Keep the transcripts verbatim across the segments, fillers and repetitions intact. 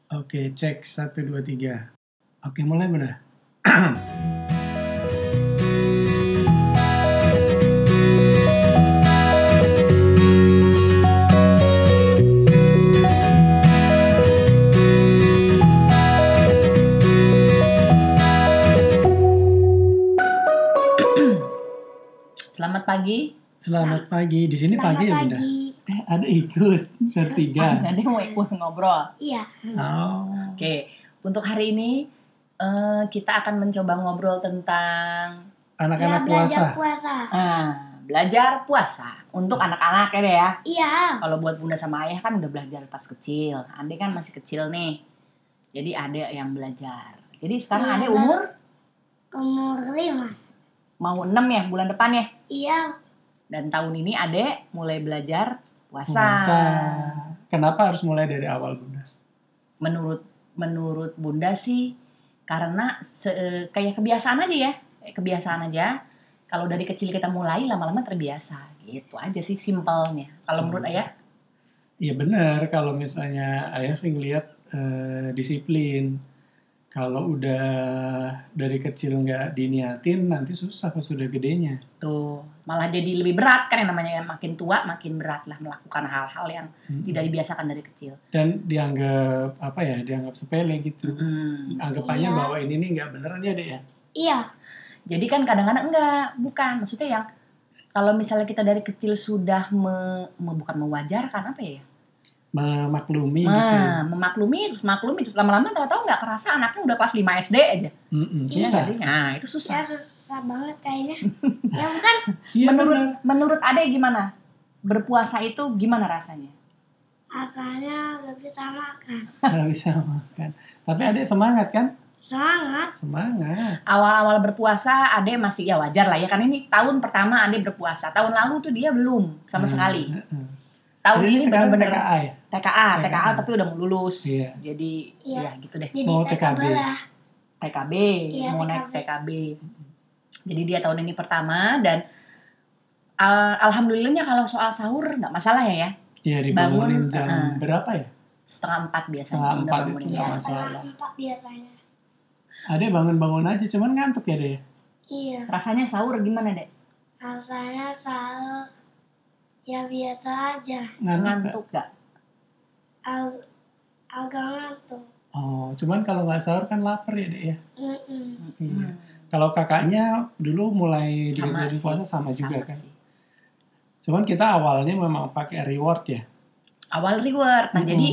Oke, cek satu dua tiga. Oke, mulai Bunda. Selamat pagi. Selamat pagi. Di sini Selamat pagi ya Bunda? pagi. Eh, ada ikut bertiga. Ada mau ikut ngobrol. Iya. Oh. Oke, untuk hari ini eh, kita akan mencoba ngobrol tentang Anak-anak Ya, belajar puasa. puasa. ah, belajar puasa untuk anak-anak ya deh ya. Iya. Kalau buat bunda sama ayah kan udah belajar pas kecil. Ade kan masih kecil nih. Jadi ada yang belajar. Jadi sekarang Iya, Ade dan- umur Umur lima. mau enam ya bulan depan ya. Iya. Dan tahun ini Ade mulai belajar puasa. Puasa. Kenapa harus mulai dari awal Bunda? Menurut menurut bunda sih karena se- kayak kebiasaan aja ya. Kayak kebiasaan aja. Kalau dari kecil kita mulai lama-lama terbiasa. Gitu aja sih simpelnya. Kalau menurut Hmm. ayah? Iya benar, kalau misalnya ayah sih ngelihat eh, disiplin. Kalau udah dari kecil nggak diniatin, nanti susah pas sudah gedenya. Tuh, malah jadi lebih berat kan yang namanya makin tua makin berat lah melakukan hal-hal yang Mm-mm. tidak dibiasakan dari kecil. Dan dianggap apa ya? Dianggap sepele gitu. Mm. Anggapannya Iya. bahwa ini nih nggak beneran ya dek ya. Iya. Jadi kan kadang-kadang enggak, bukan. Maksudnya yang kalau misalnya kita dari kecil sudah me, me- bukan mewajarkan apa ya? Memaklumi gitu. Nah, memaklumi, terus maklumi, terus lama-lama tahu-tahu nggak kerasa anaknya udah kelas lima S D aja. Mm-mm, Iya, susah. Iya nggak sih? Nah, itu Ya susah. susah banget kayaknya. Ya bukan. Iya menurut benar. menurut Ade gimana? Berpuasa itu gimana rasanya? Asalnya gak bisa makan. Nggak bisa makan. Tapi adek semangat kan? Semangat. Semangat. Awal-awal berpuasa Ade masih ya wajar lah ya, kan ini tahun pertama Ade berpuasa. Tahun lalu tuh dia belum sama Hmm, sekali. heeh. Tahun Jadi ini sekarang benar-benar T K A ya? T K A, T K A T K A tapi udah mau lulus. Iya. Jadi Iya. ya gitu deh. Jadi Mau T K B T K B. lah. T K B, Iya, mau T K B. naik T K B. Jadi dia tahun ini pertama dan uh, alhamdulillahnya kalau soal sahur nggak masalah ya ya. Iya dibangunin Bangun, jam heeh. berapa ya? Setengah empat biasanya Setengah udah empat bangunin itu Iya, nggak dia. masalah. setengah empat biasanya. Adek bangun-bangun aja, cuman ngantuk ya deh. Iya. Rasanya sahur gimana dek? Rasanya sahur ya biasa aja. Ngantuk nggak? Ngantuk gak? Ag- agak ngantuk. Oh, cuman kalau nggak sahur kan lapar ya dek ya. Mm-mm. Iya. Kalau kakaknya dulu mulai Sama diajarin sih. puasa sama juga kan. sih. Cuman kita awalnya memang pakai reward ya. Awal reward. Nah, Mm-mm. jadi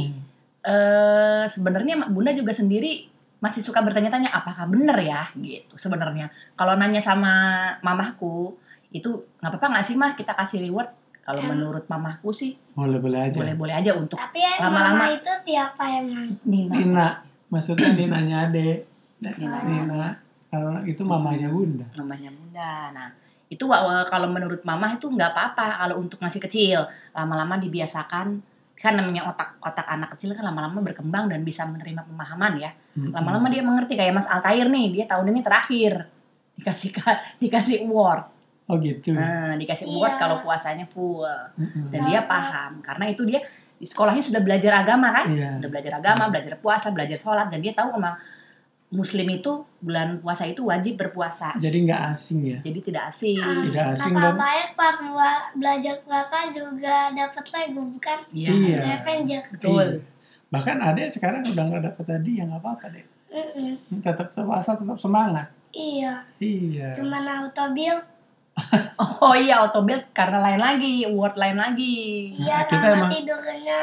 eh sebenarnya Bunda juga sendiri masih suka bertanya-tanya apakah benar ya gitu sebenarnya. Kalau nanya sama mamahku itu nggak apa-apa nggak sih mah kita kasih reward. Kalau Em. menurut mamahku sih boleh-boleh aja. boleh-boleh aja untuk Tapi yang Lama-lama. mama itu siapa emang? Nina. Nina, maksudnya Ninanya adek. Nina. Nina, kalau itu mamanya Bunda. Namanya Bunda. Nah, itu wa- kalau menurut mamah itu nggak apa-apa kalau untuk masih kecil. Lama-lama dibiasakan kan namanya otak otak anak kecil kan lama-lama berkembang dan bisa menerima pemahaman ya. Mm-mm. Lama-lama dia mengerti kayak Mas Altair nih, dia tahun ini terakhir dikasih ka- dikasih award. Oh gitu. Nah, dikasih Iya. award kalau puasanya full. Mm-mm. Dan dia paham karena itu dia di sekolahnya sudah belajar agama kan? Iya. Udah belajar agama, belajar puasa, belajar sholat dan dia tahu memang muslim itu bulan puasa itu wajib berpuasa. Jadi nggak asing ya. Jadi tidak asing. Tidak Mas asing dan Altair pas bela- belajar puasa juga dapat Lego bukan? Iya. Iya. The Avenger. Betul. Iya. Bahkan adek sekarang udah nggak dapet tadi ya nggak apa-apa deh. Mm-mm. Tetap puasa, tetap semangat. Iya. Iya. Cuman auto build. Oh iya, autobuild karena lain lagi, award lain lagi. Iya, Nah, kita karena emang- tidurnya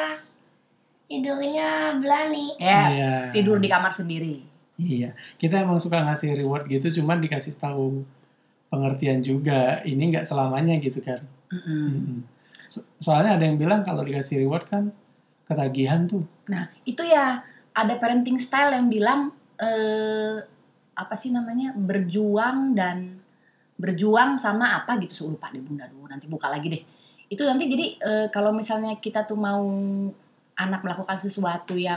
tidurnya berani. Yes, Iya. tidur di kamar sendiri. Iya. Kita emang suka ngasih reward gitu, cuman dikasih tahu pengertian juga. Ini nggak selamanya gitu kan. Mm-mm. Mm-mm. So- soalnya ada yang bilang kalau dikasih reward kan ketagihan tuh. Nah, itu ya ada parenting style yang bilang eh, apa sih namanya berjuang dan berjuang sama apa gitu, saya lupa deh Bunda dulu, nanti buka lagi deh. Itu nanti jadi eh, kalau misalnya kita tuh mau anak melakukan sesuatu yang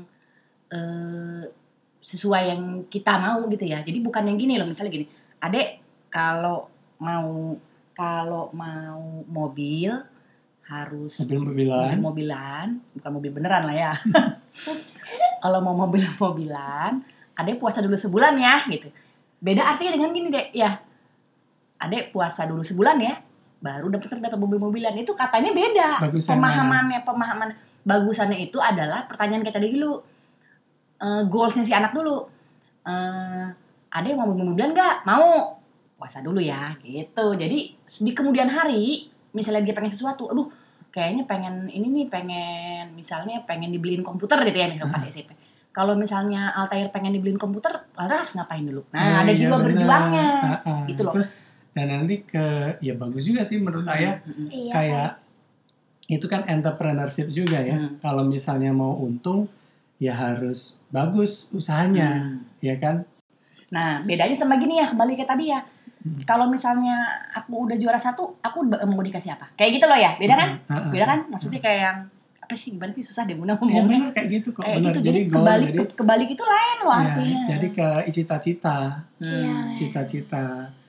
eh, sesuai yang kita mau gitu ya. Jadi bukan yang gini loh, misalnya gini, adek kalau mau kalau mau mobil harus Mobil-mobilan. mobil-mobilan, bukan mobil beneran lah ya. kalau mau mobil-mobilan, adek puasa dulu sebulan ya gitu. Beda artinya dengan gini deh, ya. Adek puasa dulu sebulan ya, baru dapat dapat mobil-mobilan. Itu katanya beda. Bagus yang Pemahamannya, pemahaman bagusannya itu adalah pertanyaan kita tadi dulu. Uh, goalsnya si anak dulu. Uh, adek mau mobil-mobilan nggak? Mau. Puasa dulu ya, gitu. Jadi di kemudian hari, misalnya dia pengen sesuatu, aduh, kayaknya pengen ini nih, pengen misalnya pengen dibeliin komputer gitu ya, misalnya pas S M P. Kalau misalnya Altair pengen dibeliin komputer, Altair harus ngapain dulu? Nah, Oh, ada iya, jiwa benar. berjuangnya, Ah, ah. gitu loh. Terus dan nanti ke ya bagus juga sih menurut ayah. Iya. Kayak itu kan entrepreneurship juga ya. Hmm. Kalau misalnya mau untung ya harus bagus usahanya, Hmm. ya kan? Nah, bedanya sama gini ya, kembali ke tadi ya. Hmm. Kalau misalnya aku udah juara satu, aku mau dikasih apa? Kayak gitu loh ya, beda kan? Ah, ah, Beda kan? Maksudnya kayak yang apa sih? Gimana sih, susah deh Bunda Ya ngomongnya. benar kayak gitu kok. Kayak Benar. gitu, Jadi jadi goal, kebalik, jadi ke- kebalik itu lain loh ya, artinya. jadi ke cita-cita, Iya. cita-cita.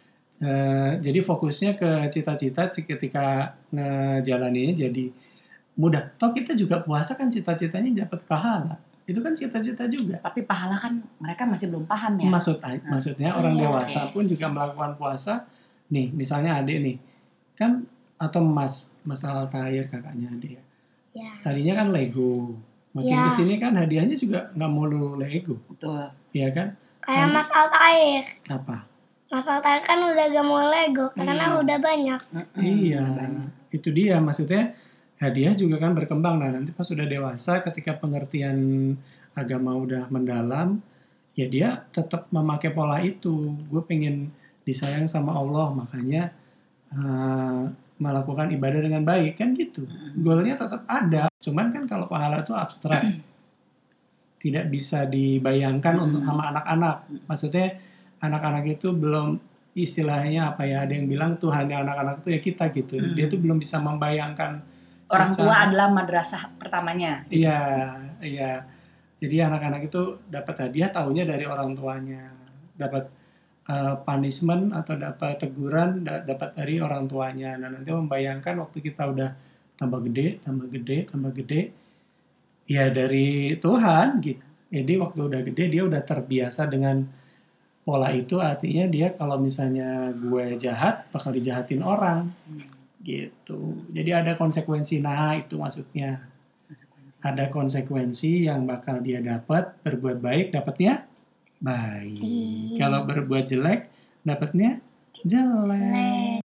Eh, jadi fokusnya ke cita-cita ketika ngejalaninnya jadi mudah. Toh kita juga puasa kan cita-citanya dapat pahala. Itu kan cita-cita juga. Tapi pahala kan mereka masih belum paham ya. Maksud maksudnya orang Iya. dewasa pun juga melakukan puasa. Nih, misalnya adik nih. Kan atau Mas, Mas Altair kakaknya adik ya. Iya. Tadinya kan Lego. Makin Iya. kesini kan hadiahnya juga nggak melulu Lego. Betul. Iya kan? Kayak Nanti- Mas Altair. Apa? Mas Altair kan udah gak mau Lego karena Hmm. udah banyak. Iya, Banyak. itu dia maksudnya hadiah juga kan berkembang. Nah nanti pas sudah dewasa, ketika pengertian agama udah mendalam, ya dia tetap memakai pola itu. Gue pengen disayang sama Allah, makanya uh, melakukan ibadah dengan baik kan gitu. Goalnya tetap ada, cuman kan kalau pahala itu abstrak, tidak bisa dibayangkan untuk sama anak-anak. Maksudnya anak-anak itu belum istilahnya apa ya, ada yang bilang Tuhannya anak-anak itu ya kita gitu. Hmm. Dia tuh belum bisa membayangkan Orang tua secara- adalah madrasah pertamanya. Iya, iya. Jadi anak-anak itu dapat hadiah taunya dari orang tuanya. Dapat uh, punishment atau dapat teguran da- dapat dari orang tuanya. Nah, nanti membayangkan waktu kita udah tambah gede, tambah gede, tambah gede, ya dari Tuhan gitu. Jadi waktu udah gede dia udah terbiasa dengan pola itu, artinya dia kalau misalnya gue jahat bakal dijahatin orang gitu. Jadi ada konsekuensi. Nah, itu maksudnya. Ada konsekuensi yang bakal dia dapat. Berbuat baik dapatnya baik. Iya. Kalau berbuat jelek dapatnya jelek.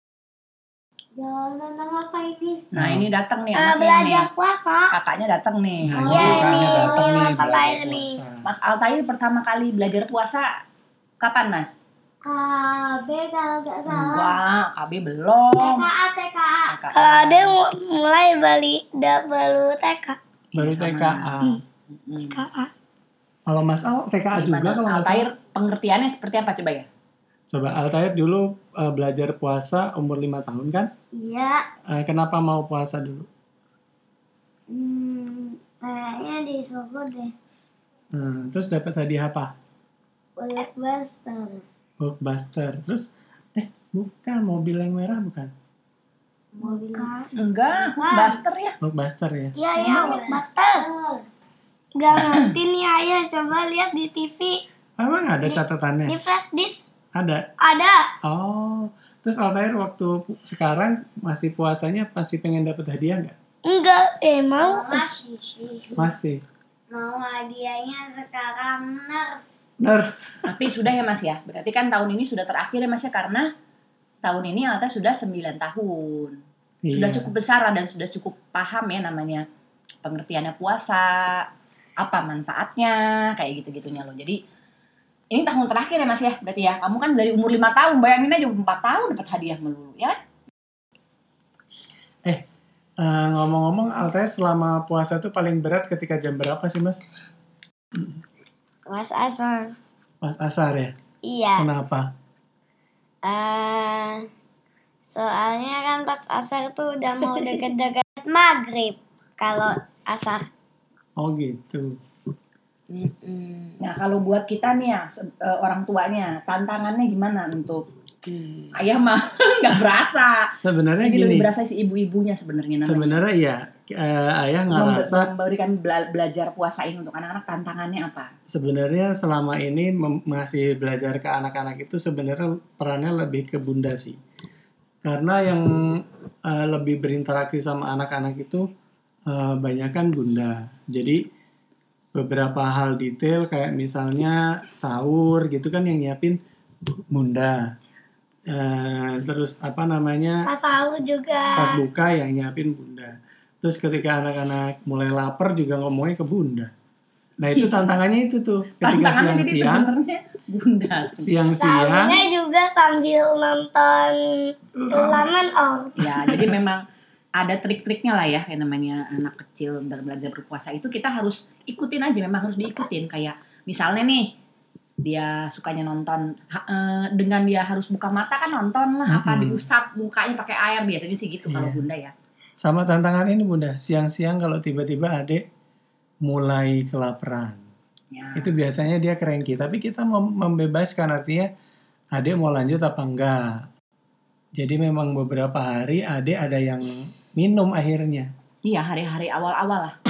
Jangan tentang apa ini? Nah, ini datang nih Eh, anaknya nih. belajar puasa. Kakaknya datang nih. Nah, Oh, ini iya, kakaknya ini datang nih Mas Altair belajar nih. puasa. Mas Altair pertama kali belajar puasa kapan, Mas? K B kalau nggak salah. Wah, K B belum. T K A T K A. T K A. Kalau ada yang mulai balik udah baru T K. Baru Sama. T K A. Hmm. T K A. Kalau Mas Al T K A juga Gimana? kalau nggak Altair salah. pengertiannya seperti apa coba ya? Coba Altair dulu uh, belajar puasa umur lima tahun kan? Iya. Uh, kenapa mau puasa dulu? Hmm, kayaknya disuruh deh. Nah, terus dapat hadiah apa? Blockbuster. Hulkbuster. Terus eh bukan mobil yang merah bukan? Mobil. Enggak, Bukan. Buster ya. Hulkbuster ya. Iya, iya, Blockbuster. Gak ngerti nih ayah, coba lihat di T V. Emang ada Di- catatannya? Di flash disk Ada. ada. Oh. Terus Altair waktu pu- sekarang masih puasanya pasti pengen dapat hadiah nggak? Enggak, emang masih sih. Masih. Mau hadiahnya sekarang Nerf. Nerf. Tapi sudah ya Mas ya. Berarti kan tahun ini sudah terakhir ya Mas ya, karena tahun ini Altair sudah sembilan tahun. Sudah Iya. cukup besar dan sudah cukup paham ya namanya pengertiannya puasa, apa manfaatnya, kayak gitu-gitunya loh. Jadi ini tahun terakhir ya Mas ya, berarti ya. Kamu kan dari umur lima tahun, bayangin aja empat tahun dapat hadiah melulu, ya kan? Eh, ngomong-ngomong Altair selama puasa tuh paling berat ketika jam berapa sih Mas? Mas Asar. Pas asar ya? Iya. Kenapa? Eh, soalnya kan pas asar tuh udah mau deket-deket maghrib. Kalau asar. Oh gitu. Mm-mm. Nah kalau buat kita nih ya, se- eh, orang tuanya, tantangannya gimana untuk ayah mah nggak berasa. Sebenarnya Jadi gini. lebih berasa si ibu-ibunya sebenarnya namanya. Sebenarnya ya uh, ayah Mem- ngerasa memberikan bela- belajar puasa ini untuk anak-anak, tantangannya apa? sebenarnya selama ini mem- masih belajar ke anak-anak itu sebenarnya perannya lebih ke bunda sih. Karena yang uh, lebih berinteraksi sama anak-anak itu uh, banyakan bunda. Jadi beberapa hal detail kayak misalnya sahur gitu kan yang nyiapin bunda. Uh, terus apa namanya? Pas sahur juga. Pas buka yang nyiapin bunda. Terus ketika anak-anak mulai lapar juga ngomongnya ke bunda. Nah itu tantangannya itu tuh. Ketika Tantangannya jadi siang-siang, sebenarnya bunda. siang-siang, Sahurnya juga sambil nonton Ulaman Oh. Ya, jadi memang ada trik-triknya lah ya, kayak namanya anak kecil dalam belajar berpuasa itu kita harus ikutin aja, memang harus diikutin. Kayak misalnya nih, dia sukanya nonton, ha- eh, dengan dia harus buka mata kan nonton lah, apa Mm-mm. diusap mukanya pakai air, biasanya sih gitu kalau Iya. bunda ya. sama tantangan ini bunda. Siang-siang kalau tiba-tiba adik mulai kelaparan. Ya. Itu biasanya dia cranky. Tapi kita mem- membebaskan artinya adik mau lanjut apa enggak. Jadi memang beberapa hari adik ada yang minum akhirnya. Iya, hari-hari awal-awal lah.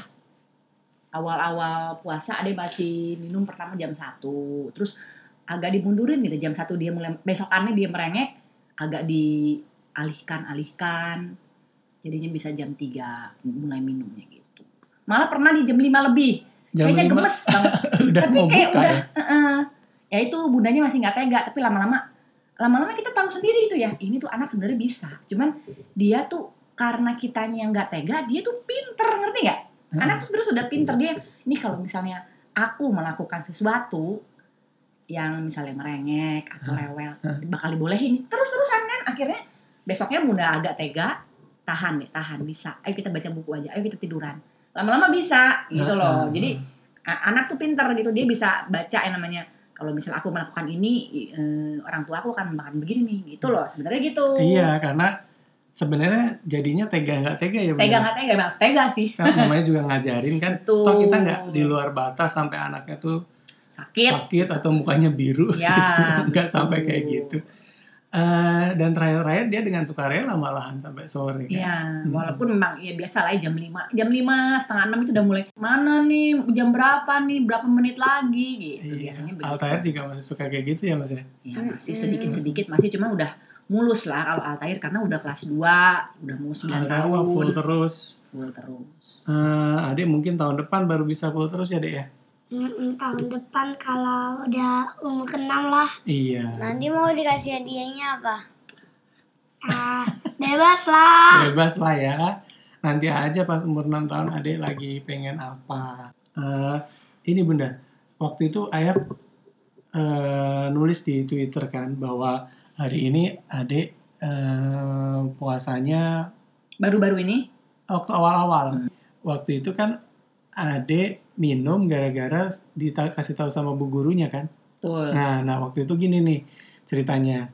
Awal-awal puasa ada masih minum pertama jam satu. Terus agak dimundurin gitu, jam satu dia mulai, besokannya dia merengek, agak dialihkan-alihkan. Jadinya bisa jam tiga mulai minumnya gitu. Malah pernah di jam lima lebih. Jam Kayaknya lima gemes banget. udah Tapi mau kayak buka udah, ya. uh-uh. Ya itu bundanya masih nggak tega, tapi lama-lama lama-lama kita tahu sendiri itu ya, ini tuh anak sebenarnya bisa. Cuman dia tuh karena kitanya nggak tega, dia tuh pinter, ngerti nggak? Anak tuh sebenarnya sudah pinter, dia ini kalau misalnya aku melakukan sesuatu yang misalnya merengek atau rewel, bakal dibolehin terus-terusan kan, akhirnya besoknya bunda agak tega, tahan deh, tahan, bisa. Ayo kita baca buku aja, ayo kita tiduran. Lama-lama bisa gitu loh. Jadi a- anak tuh pinter gitu, dia bisa baca yang namanya, kalau misalnya aku melakukan ini, eh, orang tua aku akan makan begini nih, gitu loh. Sebenarnya gitu. Iya, karena sebenarnya jadinya tega nggak tega ya. Tega Bunda? nggak tega, emang tega sih. Kan namanya juga ngajarin kan. Betul. Toh kita nggak di luar batas sampai anaknya tuh Sakit. sakit atau mukanya biru Ya, gitu. Nggak betul. sampai kayak gitu. Eh, dan terakhir-terakhir dia dengan sukarela malahan sampai sore kan. Iya, Hmm. walaupun memang ya biasa lah ya, jam lima, jam lima setengah enam itu udah mulai mana nih, jam berapa nih, berapa menit lagi gitu. Iya. Biasanya begitu. Altair juga masih suka kayak gitu ya mas ya. Ya, masih sedikit-sedikit masih, cuma udah mulus lah kalau Altair karena udah kelas dua, udah mau sembilan Altair tahun. mah full terus. Full terus. Eh, adik mungkin tahun depan baru bisa full terus ya dek ya. Mm-mm, tahun depan kalau udah umur enam lah. Iya. Nanti mau dikasih hadiahnya apa? Ah, bebas lah. Bebas lah ya. Nanti aja pas umur enam tahun adik lagi pengen apa. Eh, ini bunda, waktu itu ayah eh, nulis di Twitter kan bahwa hari ini adik eh, puasanya Baru-baru ini waktu awal-awal. Waktu itu kan adik minum gara-gara dikasih tahu sama bu gurunya kan. betul. Nah, nah waktu itu gini nih ceritanya.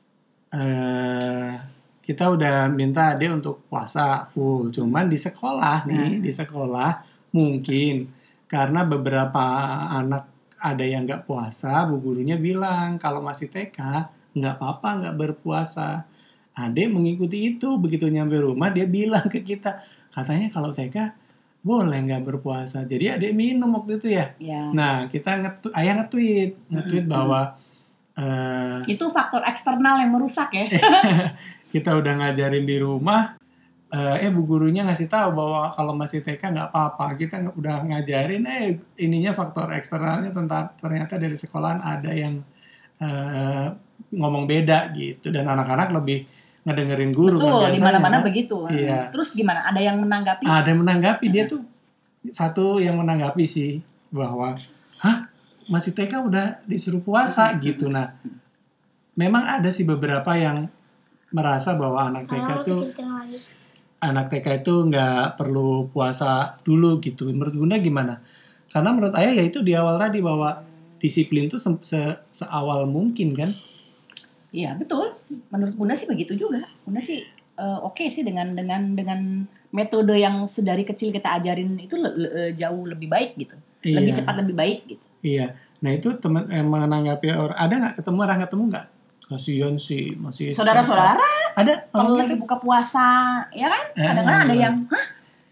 Eh, kita udah minta adik untuk puasa full, cuman di sekolah nih, di sekolah mungkin karena beberapa anak ada yang nggak puasa, bu gurunya bilang kalau masih T K nggak apa-apa nggak berpuasa. Adik mengikuti itu, begitu nyampe rumah dia bilang ke kita, katanya kalau T K boleh nggak berpuasa. Jadi adik minum waktu itu ya. Ya. Nah kita nge- ayah nge-tweet, nge-tweet Mm-mm. bahwa eh, Itu faktor eksternal yang merusak ya. kita udah ngajarin di rumah, eh, eh bu gurunya ngasih tahu bahwa kalau masih T K nggak apa-apa. Kita nggak- udah ngajarin, eh ininya faktor eksternalnya tentang ternyata dari sekolahan ada yang eh, ngomong beda gitu, dan anak-anak lebih ngedengerin guru. kan Betul, di biasanya, mana-mana kan. begitu. Iya. Terus gimana? Ada yang menanggapi? Ada yang menanggapi, dia tuh satu yang menanggapi sih bahwa, hah masih T K udah disuruh puasa gitu. Nah, memang ada sih beberapa yang merasa bahwa anak T K Ah, tuh kenceng lagi. anak T K itu nggak perlu puasa dulu gitu. Menurut Bunda gimana? Karena menurut ayah ya itu di awal tadi bahwa disiplin tuh se- se- seawal mungkin kan. Iya, betul. Menurut Bunda sih begitu juga. Bunda sih eh, oke sih dengan dengan dengan metode yang sedari kecil kita ajarin itu le- le- eh, jauh lebih baik gitu. Lebih Iya. cepat, lebih baik gitu. Iya. Nah itu teman yang menanggapi orang, ada nggak ketemu orang ketemu nggak? Kasian sih masih. Saudara-saudara Ada kalau orang lagi gitu? buka puasa, ya kan? Eh, Kadang-kadang ada gimana? yang, hah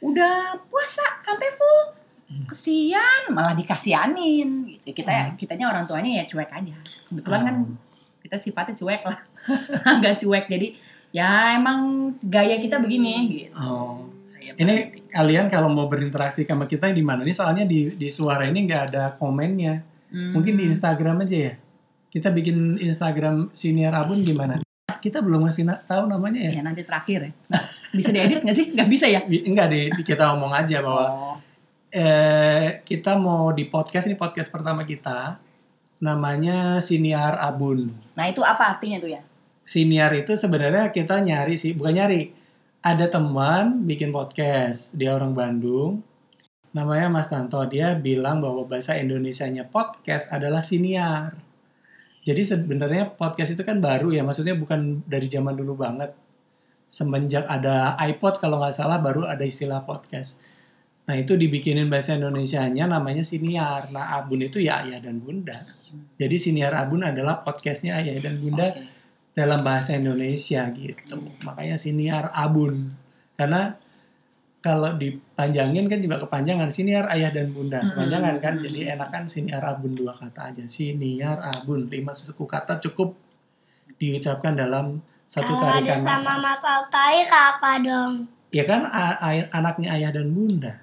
udah puasa sampai full. Kesian, malah dikasianin gitu. Kita Hmm. kitanya orang tuanya ya cuek aja. Kebetulan kan Oh. kita sifatnya cuek lah. Agak cuek. Jadi ya emang gaya kita begini gitu. Oh. Ya, Ini kalian kalau mau berinteraksi sama kita di mana nih? Soalnya di di suara ini nggak ada komennya. Hmm. Mungkin di Instagram aja ya. Kita bikin Instagram Siniar Abun gimana? Kita belum ngasih na- tahu namanya ya. Ya nanti terakhir ya. Nah, bisa diedit nggak sih? Nggak bisa ya? Bi- Enggak deh, kita ngomong aja bahwa Oh. eh, kita mau di podcast, ini podcast pertama kita. Namanya Siniar Abun. Nah itu apa artinya tuh ya? Siniar itu sebenarnya kita nyari sih, bukan nyari. Ada teman bikin podcast, dia orang Bandung. Namanya Mas Tanto, dia bilang bahwa bahasa Indonesianya podcast adalah siniar. Jadi sebenarnya podcast itu kan baru ya, maksudnya bukan dari zaman dulu banget. Semenjak ada iPod kalau nggak salah baru ada istilah podcast. Nah itu dibikinin bahasa Indonesianya namanya siniar. Nah Abun itu ya ayah dan bunda. Jadi Siniar Abun adalah podcastnya ayah dan bunda Oke. dalam bahasa Indonesia gitu. Makanya Siniar Abun. Karena kalau dipanjangin kan juga kepanjangan Siniar ayah dan bunda. Mm-mm. Kepanjangan kan, Mm-mm. jadi enakan Siniar Abun dua kata aja. Siniar Abun, lima suku kata cukup diucapkan dalam satu Kalau ada tarikan sama nafas. Mas Altair apa dong? Ya kan a- a- anaknya ayah dan bunda.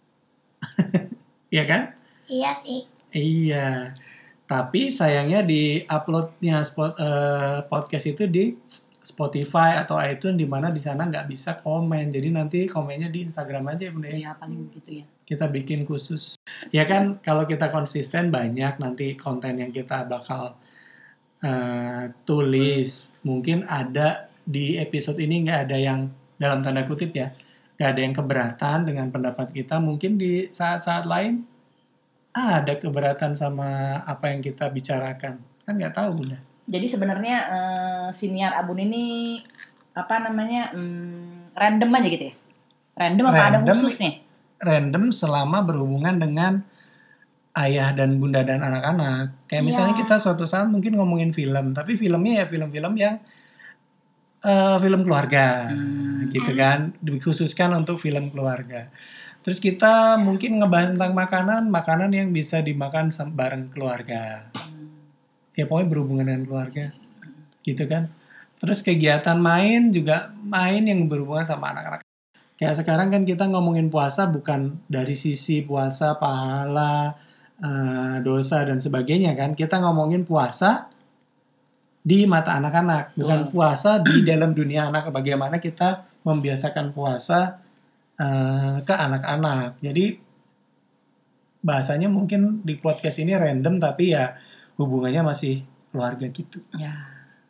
Iya kan? Iya sih. Iya. Tapi sayangnya di uploadnya spot, eh, podcast itu di Spotify atau iTunes di mana di sana nggak bisa komen. Jadi nanti komennya di Instagram aja ya Bunda ya. Iya paling gitu ya. Kita bikin khusus. Ya kan kalau kita konsisten banyak nanti konten yang kita bakal eh, tulis. Mungkin ada di episode ini nggak ada yang dalam tanda kutip ya. Nggak ada yang keberatan dengan pendapat kita. Mungkin di saat-saat lain ada keberatan sama apa yang kita bicarakan. Kan nggak tahu Bunda. Jadi sebenarnya eh, Siniar Abun ini apa namanya hmm, random aja gitu ya? Random apa ada Random. khususnya? Random selama berhubungan dengan ayah dan bunda dan anak-anak. Kayak Iya. misalnya kita suatu saat mungkin ngomongin film, tapi filmnya ya film-film yang eh, film keluarga, Hmm. gitu kan, dikhususkan untuk film keluarga. Terus kita mungkin ngebahas tentang makanan, makanan yang bisa dimakan sam- bareng keluarga. Ya pokoknya berhubungan dengan keluarga, gitu kan. Terus kegiatan main juga main yang berhubungan sama anak-anak. Kayak sekarang kan kita ngomongin puasa bukan dari sisi puasa, pahala, eh, dosa dan sebagainya kan. Kita ngomongin puasa di mata anak-anak, bukan Betul. puasa di dalam dunia anak. Bagaimana kita membiasakan puasa eh, ke anak-anak. Jadi bahasanya mungkin di podcast ini random tapi ya hubungannya masih keluarga gitu. Ya.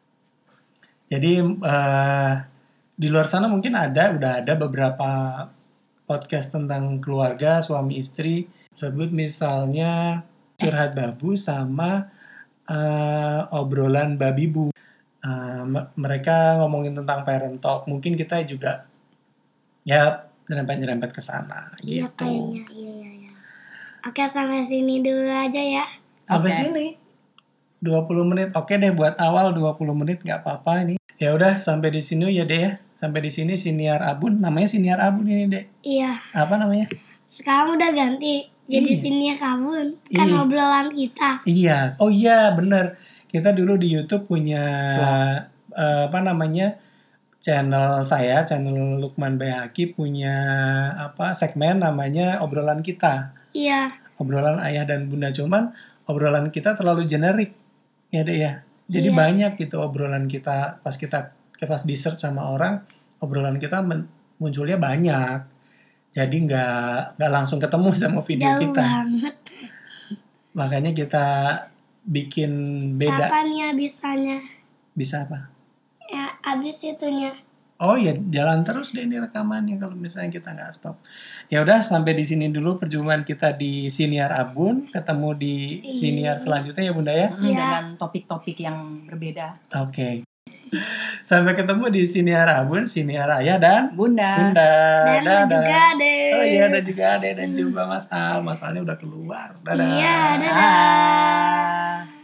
Jadi eh, di luar sana mungkin ada, udah ada beberapa podcast tentang keluarga, suami istri. Sebut misalnya curhat babu sama eh, obrolan babi bu. Eh, m- mereka ngomongin tentang parent talk. Mungkin kita juga ya nyerempet-nyerempet ke sana. Iya gitu. kayaknya. Iya iya iya. Oke sampai sini dulu aja ya. Sampai Oke. sini dua puluh menit. Oke deh buat awal dua puluh menit nggak apa-apa ini. Ya udah sampai di sini ya deh ya. Sampai di sini Siniar Abun, namanya Siniar Abun ini deh. Iya. Apa namanya? Sekarang udah ganti. Jadi Iya. sini ya kabun. Kan Iya. obrolan kita. Iya. Oh iya bener. Kita dulu di YouTube punya Vlog. eh, apa namanya channel saya, channel Lukman Bayhaki punya apa segmen namanya obrolan kita. Iya. Obrolan ayah dan bunda, cuman obrolan kita terlalu generik ya deh ya. Jadi Iya. banyak gitu obrolan kita pas kita pas di search sama orang, obrolan kita men- munculnya banyak. Jadi nggak nggak langsung ketemu sama video Jauh kita. banget. Makanya kita bikin beda. Kapan ya bisanya? Bisa apa? Ya abis itunya. Oh ya jalan terus deh ini rekamannya kalau misalnya kita nggak stop. Ya udah sampai di sini dulu perjumpaan kita di Siniar Abun. Ketemu di Siniar selanjutnya ya Bunda ya. Mm, Iya. Dengan topik-topik yang berbeda. Oke. Sampai ketemu di Siniar Abun, Siniar Ayah dan Bunda. Bunda. Dan lu Dadah. juga deh. Oh iya ada juga Ade dan juga Mas Al. Mas Alnya udah keluar. Dadah. Iya, dadah. Ah.